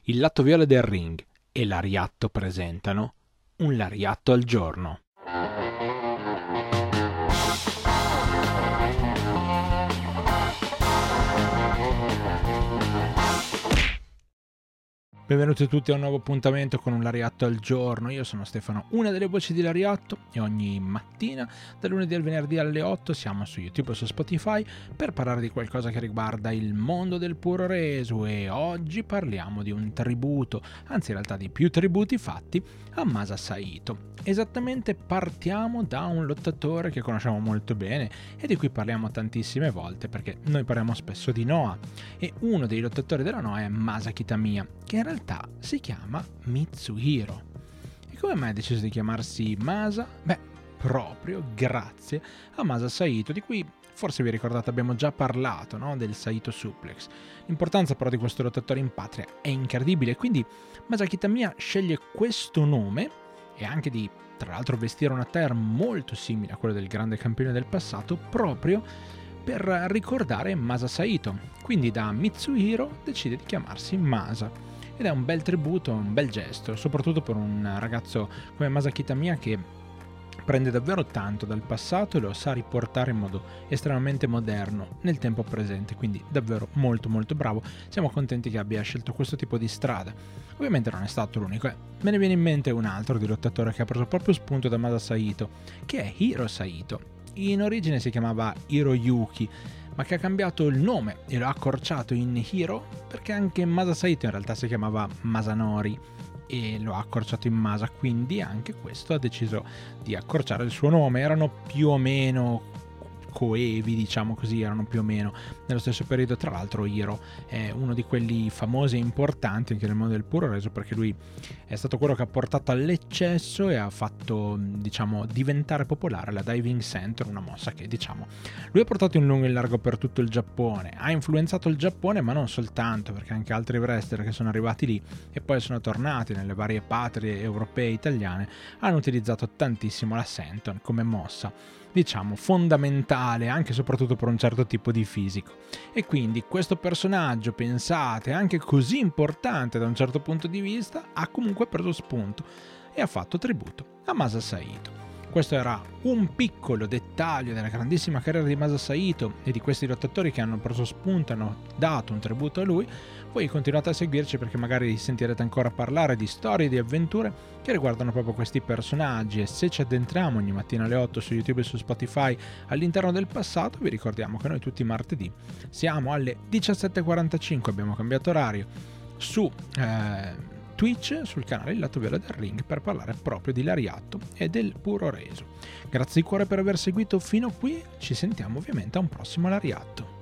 Il lato viola del ring e l'Ariatto presentano un Lariatto al giorno. Benvenuti tutti a un nuovo appuntamento con un Lariatto al giorno. Io sono Stefano, una delle voci di Lariatto, e ogni mattina, dal lunedì al venerdì alle 8, siamo su YouTube e su Spotify per parlare di qualcosa che riguarda il mondo del puro reso. E oggi parliamo di un tributo, anzi in realtà di più tributi fatti a Masa Saito. Esattamente, partiamo da un lottatore che conosciamo molto bene e di cui parliamo tantissime volte, perché noi parliamo spesso di Noah, e uno dei lottatori della Noah è Masa Kitamiya, che in realtà si chiama Mitsuhiro. E come mai ha deciso di chiamarsi Masa? Beh, proprio grazie a Masa Saito, di cui forse vi ricordate abbiamo già parlato, no? Del Saito Suplex. L'importanza però di questo lottatore in patria è incredibile, quindi Masa Kitamiya sceglie questo nome e anche di, tra l'altro, vestire una attire molto simile a quella del grande campione del passato, proprio per ricordare Masa Saito. Quindi da Mitsuhiro decide di chiamarsi Masa. Ed è un bel tributo, un bel gesto, soprattutto per un ragazzo come Masa Kitamiya che prende davvero tanto dal passato e lo sa riportare in modo estremamente moderno nel tempo presente, quindi davvero molto molto bravo. Siamo contenti che abbia scelto questo tipo di strada. Ovviamente non è stato l'unico, me ne viene in mente un altro di lottatore che ha preso proprio spunto da Masa Saito, che è Hiro Saito. In origine si chiamava Hiroyuki, ma che ha cambiato il nome e lo ha accorciato in Hiro perché anche Masa Saito in realtà si chiamava Masanori e lo ha accorciato in Masa, quindi anche questo ha deciso di accorciare il suo nome. Erano più o meno coevi, diciamo così, erano più o meno nello stesso periodo. Tra l'altro Hiro è uno di quelli famosi e importanti anche nel mondo del puro reso, perché lui è stato quello che ha portato all'eccesso e ha fatto, diciamo, diventare popolare la Diving Center, una mossa che, diciamo, lui ha portato in lungo e in largo per tutto il Giappone, ha influenzato il Giappone, ma non soltanto, perché anche altri wrestler che sono arrivati lì e poi sono tornati nelle varie patrie europee e italiane hanno utilizzato tantissimo la senton come mossa, diciamo, fondamentale anche e soprattutto per un certo tipo di fisico. E quindi questo personaggio, pensate, anche così importante da un certo punto di vista, ha comunque preso spunto e ha fatto tributo a Masa Saito. Questo era un piccolo dettaglio della grandissima carriera di Masa Saito e di questi lottatori che hanno preso spunto, hanno dato un tributo a lui. Voi continuate a seguirci perché magari sentirete ancora parlare di storie e di avventure che riguardano proprio questi personaggi, e se ci addentriamo ogni mattina alle 8 su YouTube e su Spotify all'interno del passato, vi ricordiamo che noi tutti i martedì siamo alle 17:45, abbiamo cambiato orario, su Twitch, sul canale Il Lato Viola del Ring, per parlare proprio di Lariatto e del puro reso. Grazie di cuore per aver seguito fino qui, ci sentiamo ovviamente a un prossimo Lariatto.